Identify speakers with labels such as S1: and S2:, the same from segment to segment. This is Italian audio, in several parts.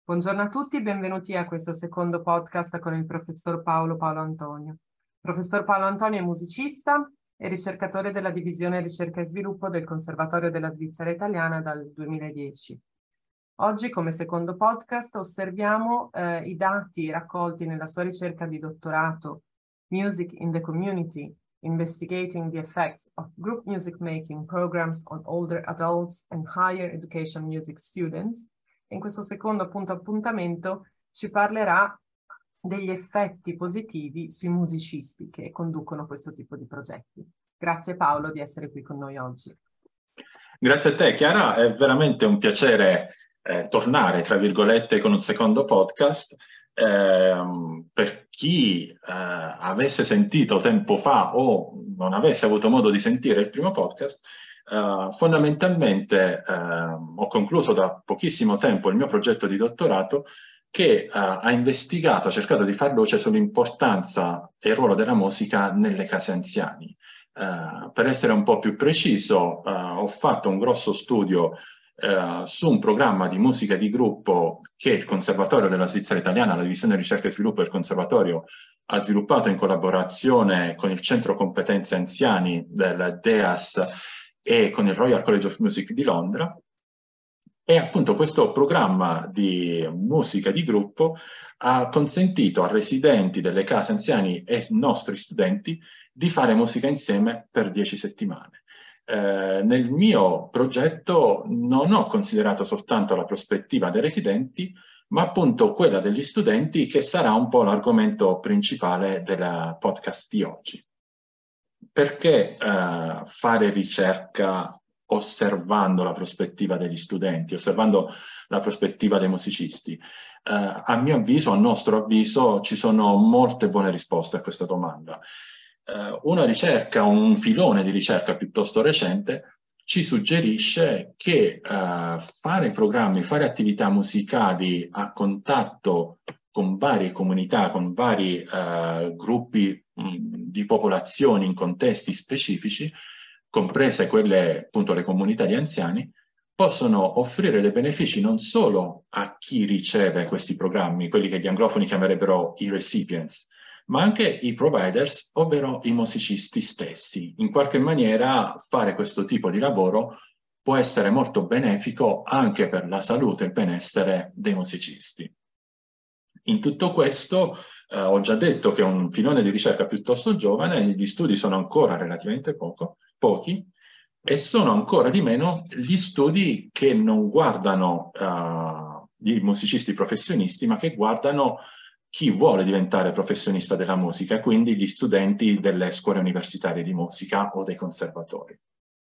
S1: Buongiorno a tutti, benvenuti a questo secondo podcast con il professor Paolo Antonio. Il professor Paolo Antonio è musicista e ricercatore della divisione ricerca e sviluppo del Conservatorio della Svizzera Italiana dal 2010. Oggi, come secondo podcast, osserviamo i dati raccolti nella sua ricerca di dottorato Music in the Community, Investigating the Effects of Group Music Making Programs on Older Adults and Higher Education Music Students. In questo secondo appuntamento ci parlerà degli effetti positivi sui musicisti che conducono questo tipo di progetti. Grazie Paolo di essere qui con noi oggi.
S2: Grazie a te Chiara, è veramente un piacere tornare, tra virgolette, con un secondo podcast. Per chi avesse sentito tempo fa o non avesse avuto modo di sentire il primo podcast, fondamentalmente ho concluso da pochissimo tempo il mio progetto di dottorato che ha investigato, ha cercato di far luce sull'importanza e il ruolo della musica nelle case anziani. Per essere un po' più preciso, ho fatto un grosso studio su un programma di musica di gruppo che il Conservatorio della Svizzera Italiana, la Divisione Ricerca e Sviluppo del Conservatorio, ha sviluppato in collaborazione con il Centro Competenze Anziani del DEAS e con il Royal College of Music di Londra. E appunto questo programma di musica di gruppo ha consentito a residenti delle case anziani e nostri studenti di fare musica insieme per 10 settimane. Nel mio progetto non ho considerato soltanto la prospettiva dei residenti, ma appunto quella degli studenti, che sarà un po' l'argomento principale del podcast di oggi. Perché fare ricerca osservando la prospettiva degli studenti, osservando la prospettiva dei musicisti? A mio avviso, a nostro avviso, ci sono molte buone risposte a questa domanda. Una ricerca, un filone di ricerca piuttosto recente, ci suggerisce che fare programmi, fare attività musicali a contatto con varie comunità, con vari gruppi di popolazioni in contesti specifici, comprese quelle, appunto, le comunità di anziani, possono offrire dei benefici non solo a chi riceve questi programmi, quelli che gli anglofoni chiamerebbero i recipients, ma anche i providers, ovvero i musicisti stessi. In qualche maniera fare questo tipo di lavoro può essere molto benefico anche per la salute e il benessere dei musicisti. In tutto questo ho già detto che è un filone di ricerca piuttosto giovane, gli studi sono ancora relativamente pochi, e sono ancora di meno gli studi che non guardano i musicisti professionisti, ma che guardano chi vuole diventare professionista della musica, e quindi gli studenti delle scuole universitarie di musica o dei conservatori.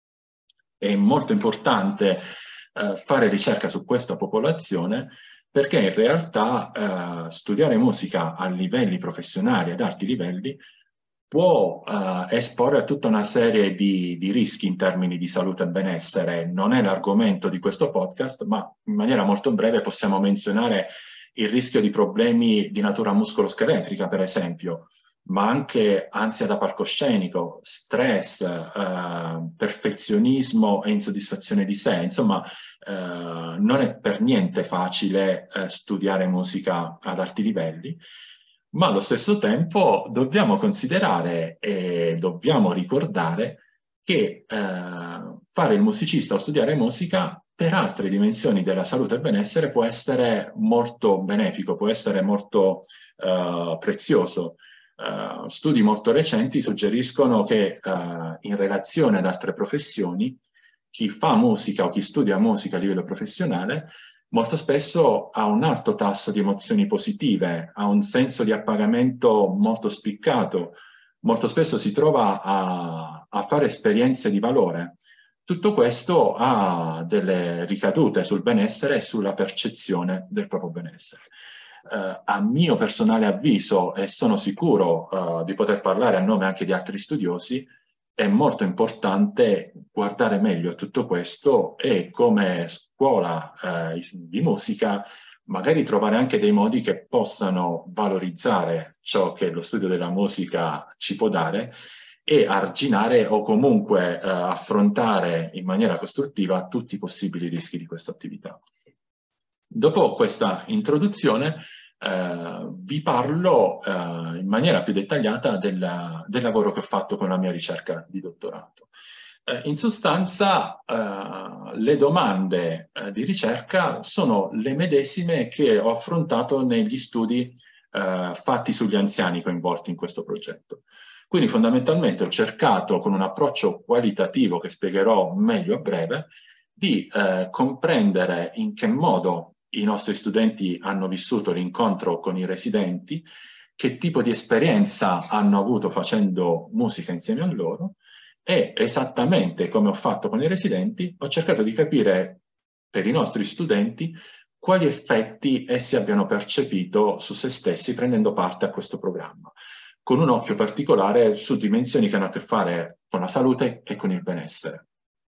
S2: È molto importante fare ricerca su questa popolazione, perché in realtà studiare musica a livelli professionali, ad alti livelli, può esporre a tutta una serie di rischi in termini di salute e benessere. Non è l'argomento di questo podcast, ma in maniera molto breve possiamo menzionare il rischio di problemi di natura muscoloscheletrica, per esempio, ma anche ansia da palcoscenico, stress, perfezionismo e insoddisfazione di sé. Insomma, non è per niente facile studiare musica ad alti livelli, ma allo stesso tempo dobbiamo considerare e dobbiamo ricordare che fare il musicista o studiare musica per altre dimensioni della salute e benessere può essere molto benefico, può essere molto prezioso. Studi molto recenti suggeriscono che in relazione ad altre professioni, chi fa musica o chi studia musica a livello professionale molto spesso ha un alto tasso di emozioni positive, ha un senso di appagamento molto spiccato, molto spesso si trova a fare esperienze di valore. Tutto questo ha delle ricadute sul benessere e sulla percezione del proprio benessere. A mio personale avviso, e sono sicuro di poter parlare a nome anche di altri studiosi, è molto importante guardare meglio a tutto questo e come scuola di musica magari trovare anche dei modi che possano valorizzare ciò che lo studio della musica ci può dare e arginare o comunque affrontare in maniera costruttiva tutti i possibili rischi di questa attività. Dopo questa introduzione vi parlo in maniera più dettagliata del lavoro che ho fatto con la mia ricerca di dottorato. In sostanza, le domande di ricerca sono le medesime che ho affrontato negli studi fatti sugli anziani coinvolti in questo progetto. Quindi fondamentalmente ho cercato, con un approccio qualitativo che spiegherò meglio a breve, di comprendere in che modo i nostri studenti hanno vissuto l'incontro con i residenti, che tipo di esperienza hanno avuto facendo musica insieme a loro, e esattamente come ho fatto con i residenti, ho cercato di capire per i nostri studenti quali effetti essi abbiano percepito su se stessi prendendo parte a questo programma, con un occhio particolare su dimensioni che hanno a che fare con la salute e con il benessere.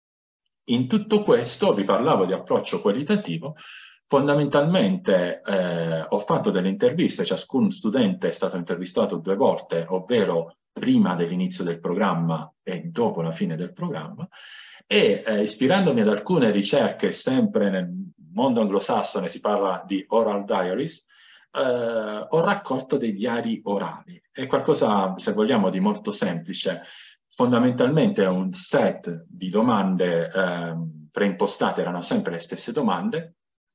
S2: In tutto questo vi parlavo di approccio qualitativo. Fondamentalmente ho fatto delle interviste, ciascun studente è stato intervistato 2 volte, ovvero prima dell'inizio del programma e dopo la fine del programma, e ispirandomi ad alcune ricerche, sempre nel mondo anglosassone si parla di oral diaries, ho raccolto dei diari orali. È qualcosa, se vogliamo, di molto semplice. Fondamentalmente è un set di domande preimpostate, erano sempre le stesse domande,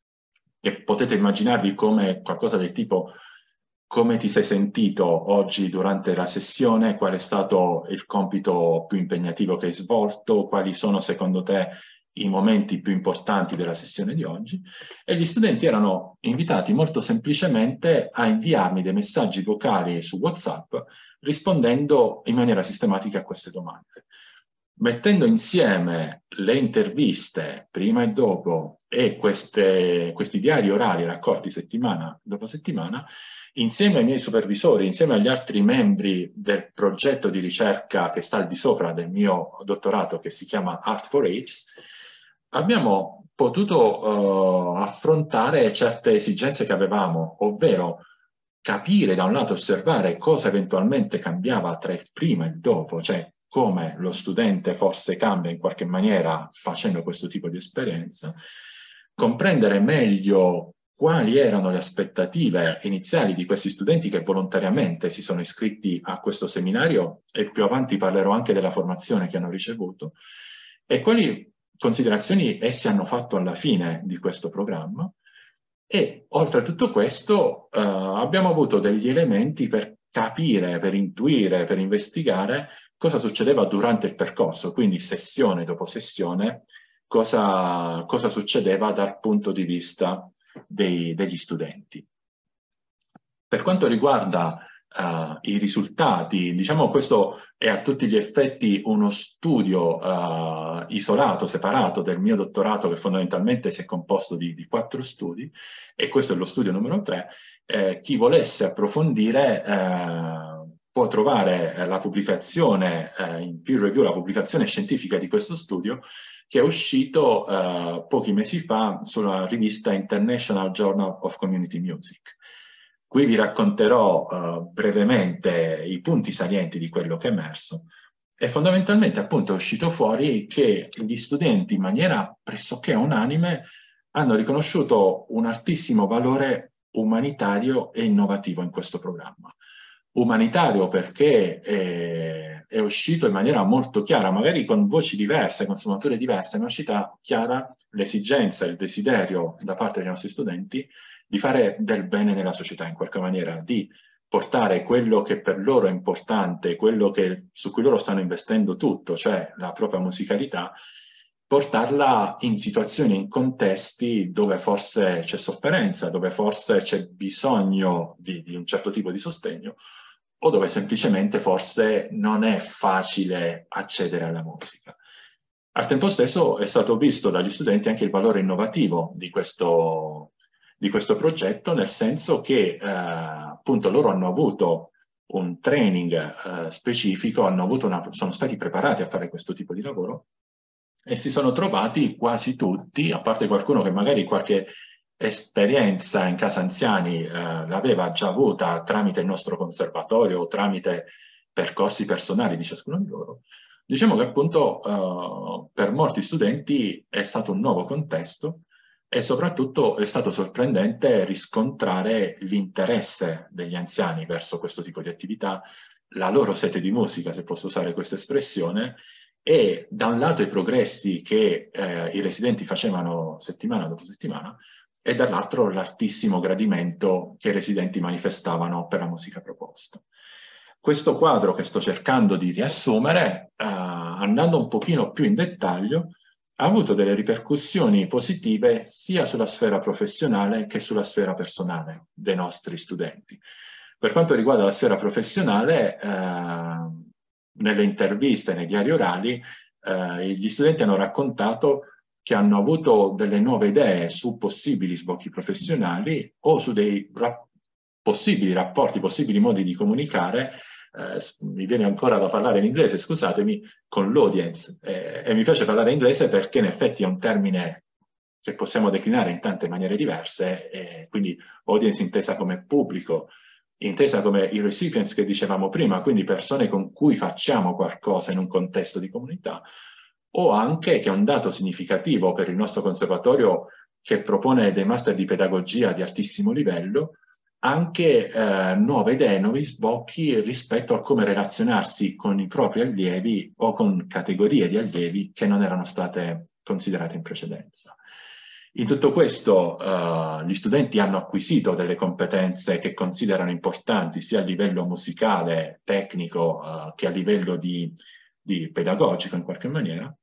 S2: che potete immaginarvi come qualcosa del tipo: come ti sei sentito oggi durante la sessione, qual è stato il compito più impegnativo che hai svolto, quali sono secondo te i momenti più importanti della sessione di oggi, e gli studenti erano invitati molto semplicemente a inviarmi dei messaggi vocali su WhatsApp rispondendo in maniera sistematica a queste domande. Mettendo insieme le interviste prima e dopo e questi diari orali raccolti settimana dopo settimana, insieme ai miei supervisori, insieme agli altri membri del progetto di ricerca che sta al di sopra del mio dottorato, che si chiama Art for Ages, abbiamo potuto affrontare certe esigenze che avevamo, ovvero capire, da un lato, osservare cosa eventualmente cambiava tra il prima e il dopo, cioè come lo studente forse cambia in qualche maniera facendo questo tipo di esperienza, comprendere meglio quali erano le aspettative iniziali di questi studenti che volontariamente si sono iscritti a questo seminario, e più avanti parlerò anche della formazione che hanno ricevuto, e quali considerazioni essi hanno fatto alla fine di questo programma. E oltre a tutto questo abbiamo avuto degli elementi per capire, per intuire, per investigare cosa succedeva durante il percorso, quindi sessione dopo sessione, cosa succedeva dal punto di vista degli studenti. Per quanto riguarda i risultati, diciamo questo è a tutti gli effetti uno studio isolato, separato del mio dottorato, che fondamentalmente si è composto di 4 studi, e questo è lo studio numero 3. Chi volesse approfondire può trovare la pubblicazione in peer review, la pubblicazione scientifica di questo studio, che è uscito pochi mesi fa sulla rivista International Journal of Community Music. Qui vi racconterò brevemente i punti salienti di quello che è emerso, e fondamentalmente appunto è uscito fuori che gli studenti in maniera pressoché unanime hanno riconosciuto un altissimo valore umanitario e innovativo in questo programma. Umanitario perché è uscito in maniera molto chiara, magari con voci diverse, con sfumature diverse, ma è uscita chiara l'esigenza, il desiderio da parte dei nostri studenti di fare del bene nella società in qualche maniera, di portare quello che per loro è importante, quello su cui loro stanno investendo tutto, cioè la propria musicalità, portarla in situazioni, in contesti dove forse c'è sofferenza, dove forse c'è bisogno di un certo tipo di sostegno, o dove semplicemente forse non è facile accedere alla musica. Al tempo stesso è stato visto dagli studenti anche il valore innovativo di questo progetto, nel senso che appunto loro hanno avuto un training specifico, sono stati preparati a fare questo tipo di lavoro, e si sono trovati quasi tutti, a parte qualcuno che magari qualche esperienza in casa anziani l'aveva già avuta tramite il nostro conservatorio o tramite percorsi personali di ciascuno di loro. Diciamo che appunto per molti studenti è stato un nuovo contesto, E soprattutto è stato sorprendente riscontrare l'interesse degli anziani verso questo tipo di attività, la loro sete di musica, se posso usare questa espressione, e da un lato i progressi che i residenti facevano settimana dopo settimana, e dall'altro l'artissimo gradimento che i residenti manifestavano per la musica proposta. Questo quadro che sto cercando di riassumere, andando un pochino più in dettaglio, ha avuto delle ripercussioni positive sia sulla sfera professionale che sulla sfera personale dei nostri studenti. Per quanto riguarda la sfera professionale, nelle interviste, nei diari orali, gli studenti hanno raccontato che hanno avuto delle nuove idee su possibili sbocchi professionali o su dei possibili rapporti, possibili modi di comunicare, mi viene ancora da parlare in inglese, scusatemi, con l'audience. E mi piace parlare inglese perché in effetti è un termine che possiamo declinare in tante maniere diverse, quindi audience intesa come pubblico, intesa come i recipients che dicevamo prima, quindi persone con cui facciamo qualcosa in un contesto di comunità, o anche, che è un dato significativo per il nostro conservatorio che propone dei master di pedagogia di altissimo livello, anche nuove idee, nuovi sbocchi rispetto a come relazionarsi con i propri allievi o con categorie di allievi che non erano state considerate in precedenza. In tutto questo gli studenti hanno acquisito delle competenze che considerano importanti sia a livello musicale, tecnico, che a livello di pedagogico in qualche maniera,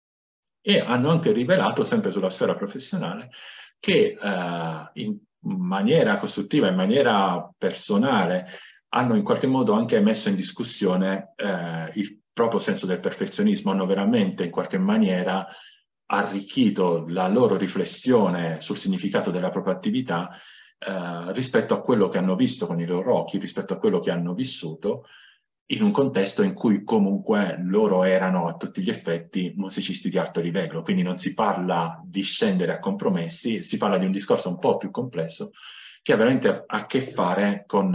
S2: e hanno anche rivelato, sempre sulla sfera professionale, che in maniera costruttiva, in maniera personale, hanno in qualche modo anche messo in discussione il proprio senso del perfezionismo, hanno veramente in qualche maniera arricchito la loro riflessione sul significato della propria attività rispetto a quello che hanno visto con i loro occhi, rispetto a quello che hanno vissuto, in un contesto in cui comunque loro erano a tutti gli effetti musicisti di alto livello, quindi non si parla di scendere a compromessi, si parla di un discorso un po' più complesso che ha veramente a che fare con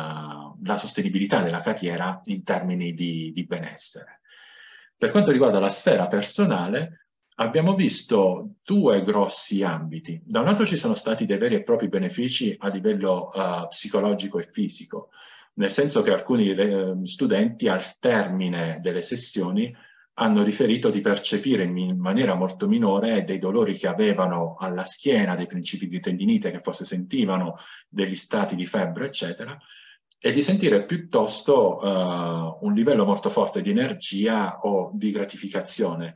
S2: la sostenibilità della carriera in termini di benessere. Per quanto riguarda la sfera personale, abbiamo visto due grossi ambiti. Da un lato ci sono stati dei veri e propri benefici a livello psicologico e fisico, nel senso che alcuni studenti al termine delle sessioni hanno riferito di percepire in maniera molto minore dei dolori che avevano alla schiena, dei principi di tendinite che forse sentivano, degli stati di febbre, eccetera, e di sentire piuttosto un livello molto forte di energia o di gratificazione.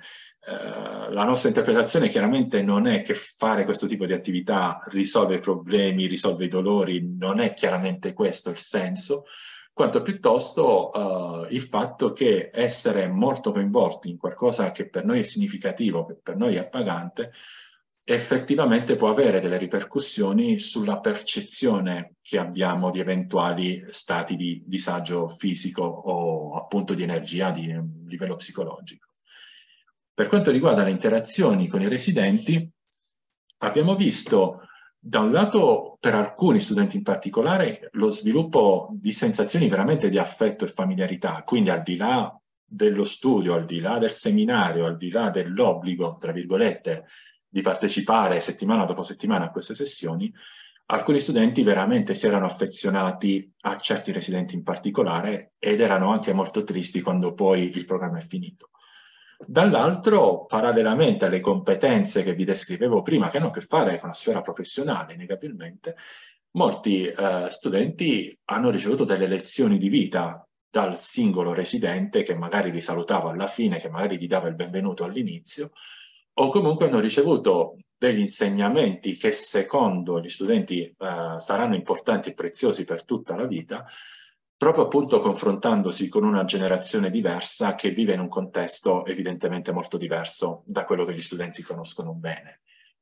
S2: La nostra interpretazione chiaramente non è che fare questo tipo di attività risolve i problemi, risolve i dolori, non è chiaramente questo il senso, quanto piuttosto il fatto che essere molto coinvolti in qualcosa che per noi è significativo, che per noi è appagante, effettivamente può avere delle ripercussioni sulla percezione che abbiamo di eventuali stati di disagio fisico o appunto di energia di livello psicologico. Per quanto riguarda le interazioni con i residenti, abbiamo visto da un lato per alcuni studenti in particolare lo sviluppo di sensazioni veramente di affetto e familiarità, quindi al di là dello studio, al di là del seminario, al di là dell'obbligo, tra virgolette, di partecipare settimana dopo settimana a queste sessioni, alcuni studenti veramente si erano affezionati a certi residenti in particolare ed erano anche molto tristi quando poi il programma è finito. Dall'altro, parallelamente alle competenze che vi descrivevo prima, che hanno a che fare con la sfera professionale, innegabilmente, molti studenti hanno ricevuto delle lezioni di vita dal singolo residente che magari li salutava alla fine, che magari gli dava il benvenuto all'inizio, o comunque hanno ricevuto degli insegnamenti che secondo gli studenti saranno importanti e preziosi per tutta la vita, proprio appunto confrontandosi con una generazione diversa che vive in un contesto evidentemente molto diverso da quello che gli studenti conoscono bene.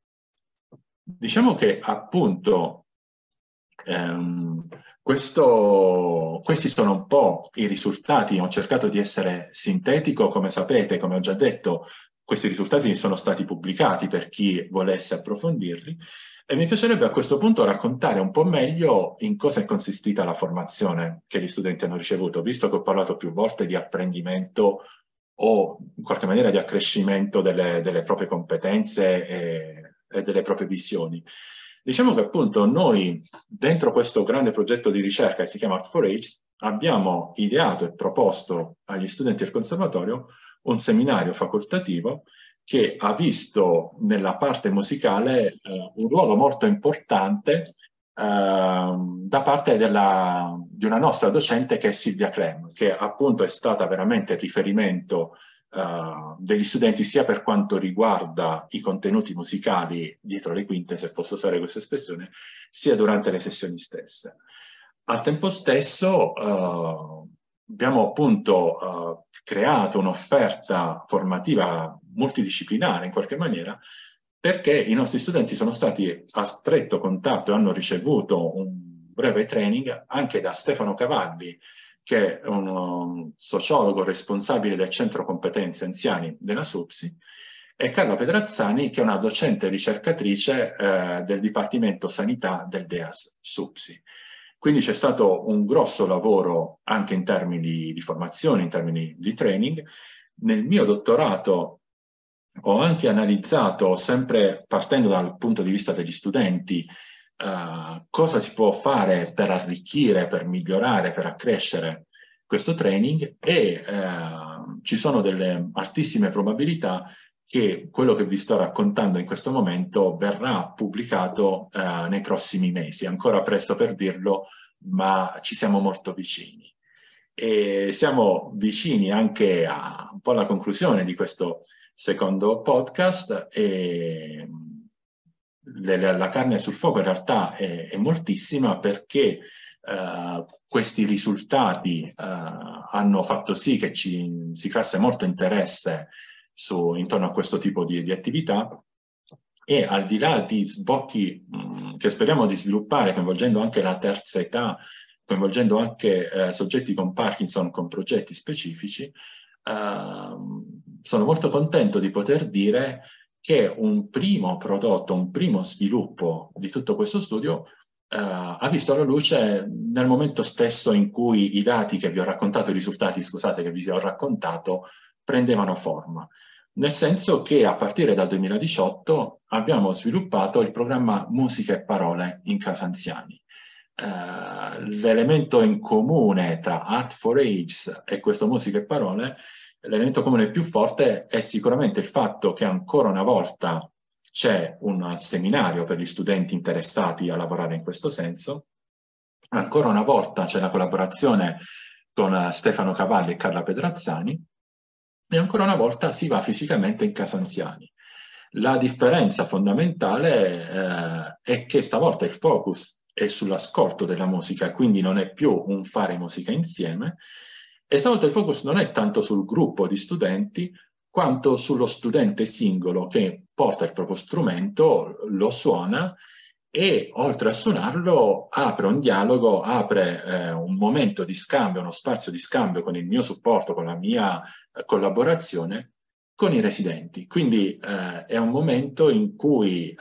S2: Diciamo che appunto questi sono un po' i risultati. Ho cercato di essere sintetico, come sapete, come ho già detto, questi risultati sono stati pubblicati per chi volesse approfondirli. E mi piacerebbe a questo punto raccontare un po' meglio in cosa è consistita la formazione che gli studenti hanno ricevuto, visto che ho parlato più volte di apprendimento o in qualche maniera di accrescimento delle proprie competenze e e delle proprie visioni. Diciamo che appunto noi, dentro questo grande progetto di ricerca che si chiama Art for Age, abbiamo ideato e proposto agli studenti del conservatorio un seminario facoltativo che ha visto nella parte musicale un ruolo molto importante da parte di una nostra docente, che è Silvia Clem, che appunto è stata veramente il riferimento degli studenti sia per quanto riguarda i contenuti musicali dietro le quinte, se posso usare questa espressione, sia durante le sessioni stesse. Al tempo stesso abbiamo appunto creato un'offerta formativa multidisciplinare in qualche maniera, perché i nostri studenti sono stati a stretto contatto e hanno ricevuto un breve training anche da Stefano Cavalli, che è un sociologo responsabile del Centro Competenze Anziani della SUPSI, e Carla Pedrazzani, che è una docente ricercatrice del Dipartimento Sanità del DEAS SUPSI. Quindi c'è stato un grosso lavoro anche in termini di formazione, in termini di training. Nel mio dottorato ho anche analizzato, sempre partendo dal punto di vista degli studenti, cosa si può fare per arricchire, per migliorare, per accrescere questo training, e ci sono delle altissime probabilità che quello che vi sto raccontando in questo momento verrà pubblicato nei prossimi mesi. Ancora presto per dirlo, ma ci siamo molto vicini. E siamo vicini anche a un po' alla conclusione di questo secondo podcast, e la carne sul fuoco in realtà è moltissima, perché questi risultati hanno fatto sì che si creasse molto interesse intorno a questo tipo di attività, e al di là di sbocchi che speriamo di sviluppare, coinvolgendo anche la terza età, coinvolgendo anche soggetti con Parkinson, con progetti specifici, sono molto contento di poter dire che un primo prodotto, un primo sviluppo di tutto questo studio ha visto la luce nel momento stesso in cui i dati che vi ho raccontato, i risultati, scusate, che vi ho raccontato, prendevano forma. Nel senso che a partire dal 2018 abbiamo sviluppato il programma Musica e Parole in Casa Anziani. L'elemento in comune tra Art for Ages e questo Musica e Parole, l'elemento comune più forte è sicuramente il fatto che ancora una volta c'è un seminario per gli studenti interessati a lavorare in questo senso. Ancora una volta c'è la collaborazione con Stefano Cavalli e Carla Pedrazzani, e ancora una volta si va fisicamente in Casa Anziani. La differenza fondamentale è che stavolta il focus è sull'ascolto della musica, quindi non è più un fare musica insieme, e stavolta il focus non è tanto sul gruppo di studenti, quanto sullo studente singolo che porta il proprio strumento, lo suona, e oltre a suonarlo apre un dialogo, apre un momento di scambio, uno spazio di scambio con il mio supporto, con la mia collaborazione con i residenti. Quindi è un momento in cui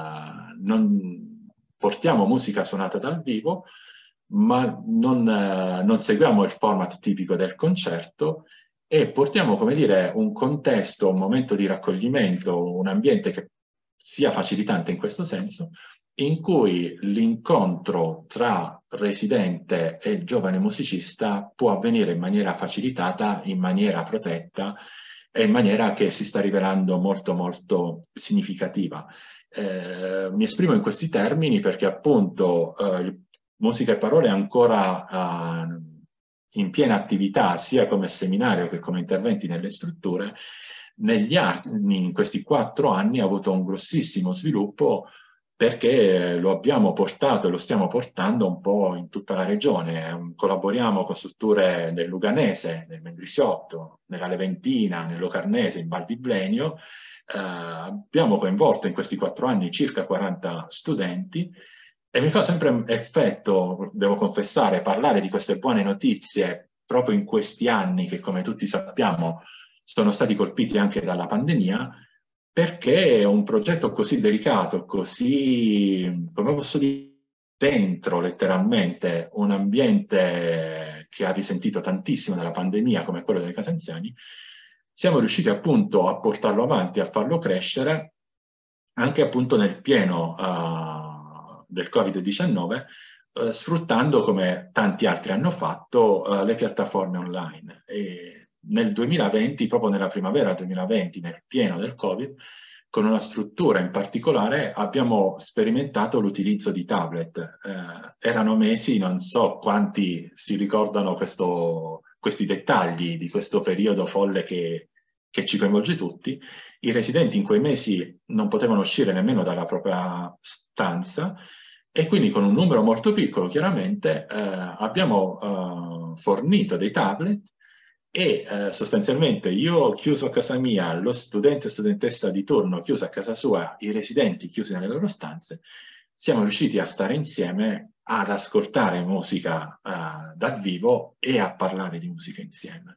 S2: non portiamo musica suonata dal vivo, ma non seguiamo il format tipico del concerto, e portiamo, come dire, un contesto, un momento di raccoglimento, un ambiente che sia facilitante in questo senso, in cui l'incontro tra residente e giovane musicista può avvenire in maniera facilitata, in maniera protetta, e in maniera che si sta rivelando molto molto significativa. Mi esprimo in questi termini perché appunto Musica e Parole è ancora in piena attività, sia come seminario che come interventi nelle strutture. Negli anni, in questi 4 anni, ha avuto un grossissimo sviluppo, perché lo abbiamo portato e lo stiamo portando un po' in tutta la regione. Collaboriamo con strutture nel Luganese, nel Mendrisiotto, nella Leventina, nel Locarnese, in Val di Blenio. Abbiamo coinvolto in questi 4 anni circa 40 studenti, e mi fa sempre effetto, devo confessare, parlare di queste buone notizie proprio in questi anni che, come tutti sappiamo, sono stati colpiti anche dalla pandemia, perché è un progetto così delicato, così, come posso dire, dentro letteralmente un ambiente che ha risentito tantissimo dalla pandemia come quello delle Case Anziani, siamo riusciti appunto a portarlo avanti, a farlo crescere, anche appunto nel pieno del Covid-19, sfruttando, come tanti altri hanno fatto, le piattaforme online. E nel 2020, proprio nella primavera 2020, nel pieno del Covid, con una struttura in particolare abbiamo sperimentato l'utilizzo di tablet. Erano mesi, non so quanti si ricordano questi dettagli di questo periodo folle che ci coinvolge tutti. I residenti in quei mesi non potevano uscire nemmeno dalla propria stanza e quindi con un numero molto piccolo, chiaramente, abbiamo fornito dei tablet e sostanzialmente io chiuso a casa mia, lo studente o studentessa di turno chiuso a casa sua, i residenti chiusi nelle loro stanze, siamo riusciti a stare insieme, ad ascoltare musica dal vivo e a parlare di musica insieme.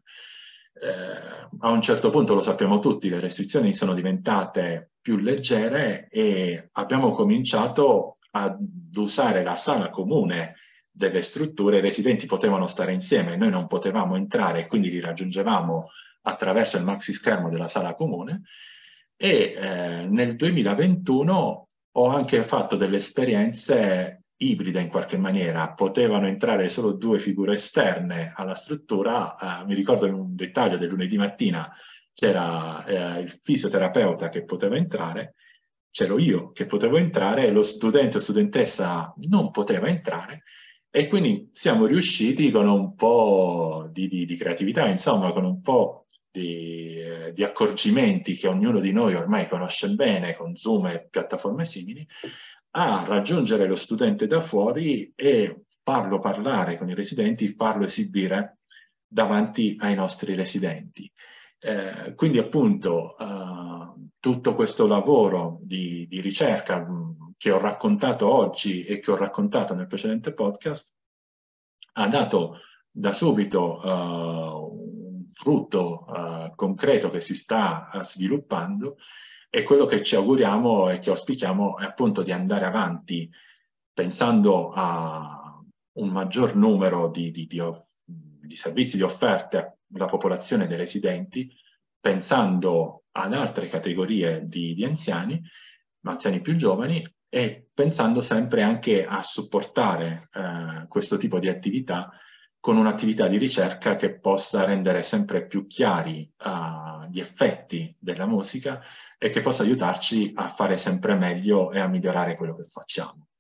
S2: A un certo punto, lo sappiamo tutti, le restrizioni sono diventate più leggere e abbiamo cominciato ad usare la sala comune delle strutture. I residenti potevano stare insieme, noi non potevamo entrare, quindi li raggiungevamo attraverso il maxi schermo della sala comune. E nel 2021 ho anche fatto delle esperienze ibride in qualche maniera. Potevano entrare solo 2 figure esterne alla struttura. Mi ricordo in un dettaglio del lunedì mattina c'era il fisioterapeuta che poteva entrare, c'ero io che potevo entrare, lo studente o studentessa non poteva entrare, e quindi siamo riusciti con un po' di creatività, insomma, con un po' di accorgimenti che ognuno di noi ormai conosce bene con Zoom e piattaforme simili, a raggiungere lo studente da fuori e farlo parlare con i residenti, farlo esibire davanti ai nostri residenti. Quindi appunto tutto questo lavoro di ricerca che ho raccontato oggi e che ho raccontato nel precedente podcast ha dato da subito un frutto concreto che si sta sviluppando, e quello che ci auguriamo e che auspichiamo è appunto di andare avanti pensando a un maggior numero di servizi, di offerte alla popolazione dei residenti, pensando ad altre categorie di anziani, ma anziani più giovani, e pensando sempre anche a supportare questo tipo di attività con un'attività di ricerca che possa rendere sempre più chiari gli effetti della musica e che possa aiutarci a fare sempre meglio e a migliorare quello che facciamo.